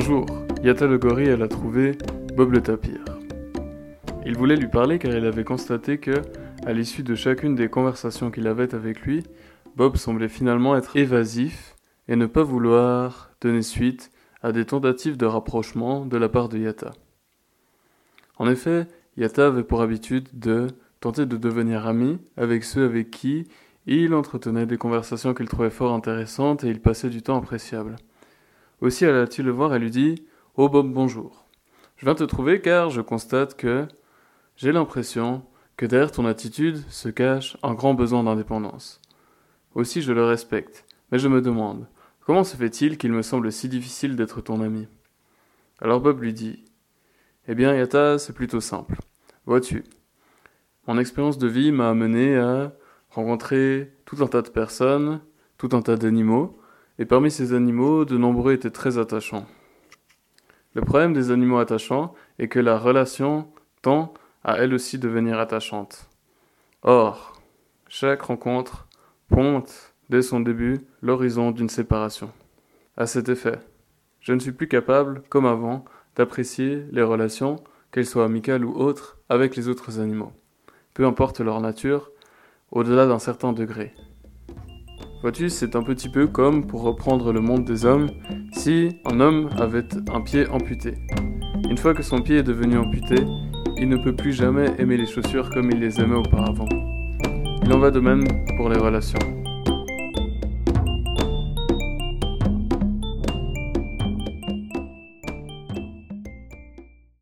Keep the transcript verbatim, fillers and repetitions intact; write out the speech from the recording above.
jour, Yatta le gorille alla trouver Bob le tapir. Il voulait lui parler car il avait constaté que, à l'issue de chacune des conversations qu'il avait avec lui, Bob semblait finalement être évasif et ne pas vouloir donner suite à des tentatives de rapprochement de la part de Yatta. En effet, Yatta avait pour habitude de tenter de devenir ami avec ceux avec qui il entretenait des conversations qu'il trouvait fort intéressantes et il passait du temps appréciable. Aussi alla-t-il le voir et lui dit « Oh Bob, bonjour. Je viens te trouver car je constate que j'ai l'impression que derrière ton attitude se cache un grand besoin d'indépendance. Aussi je le respecte, mais je me demande, comment se fait-il qu'il me semble si difficile d'être ton ami ?» Alors Bob lui dit « Eh bien Yatta, c'est plutôt simple. Vois-tu, mon expérience de vie m'a amené à rencontrer tout un tas de personnes, tout un tas d'animaux, et parmi ces animaux, de nombreux étaient très attachants. Le problème des animaux attachants est que la relation tend à elle aussi devenir attachante. Or, chaque rencontre pointe, dès son début, l'horizon d'une séparation. À cet effet, je ne suis plus capable, comme avant, d'apprécier les relations, qu'elles soient amicales ou autres, avec les autres animaux, peu importe leur nature, au-delà d'un certain degré. Vois-tu, c'est un petit peu comme, pour reprendre le monde des hommes, si un homme avait un pied amputé. Une fois que son pied est devenu amputé, il ne peut plus jamais aimer les chaussures comme il les aimait auparavant. Il en va de même pour les relations.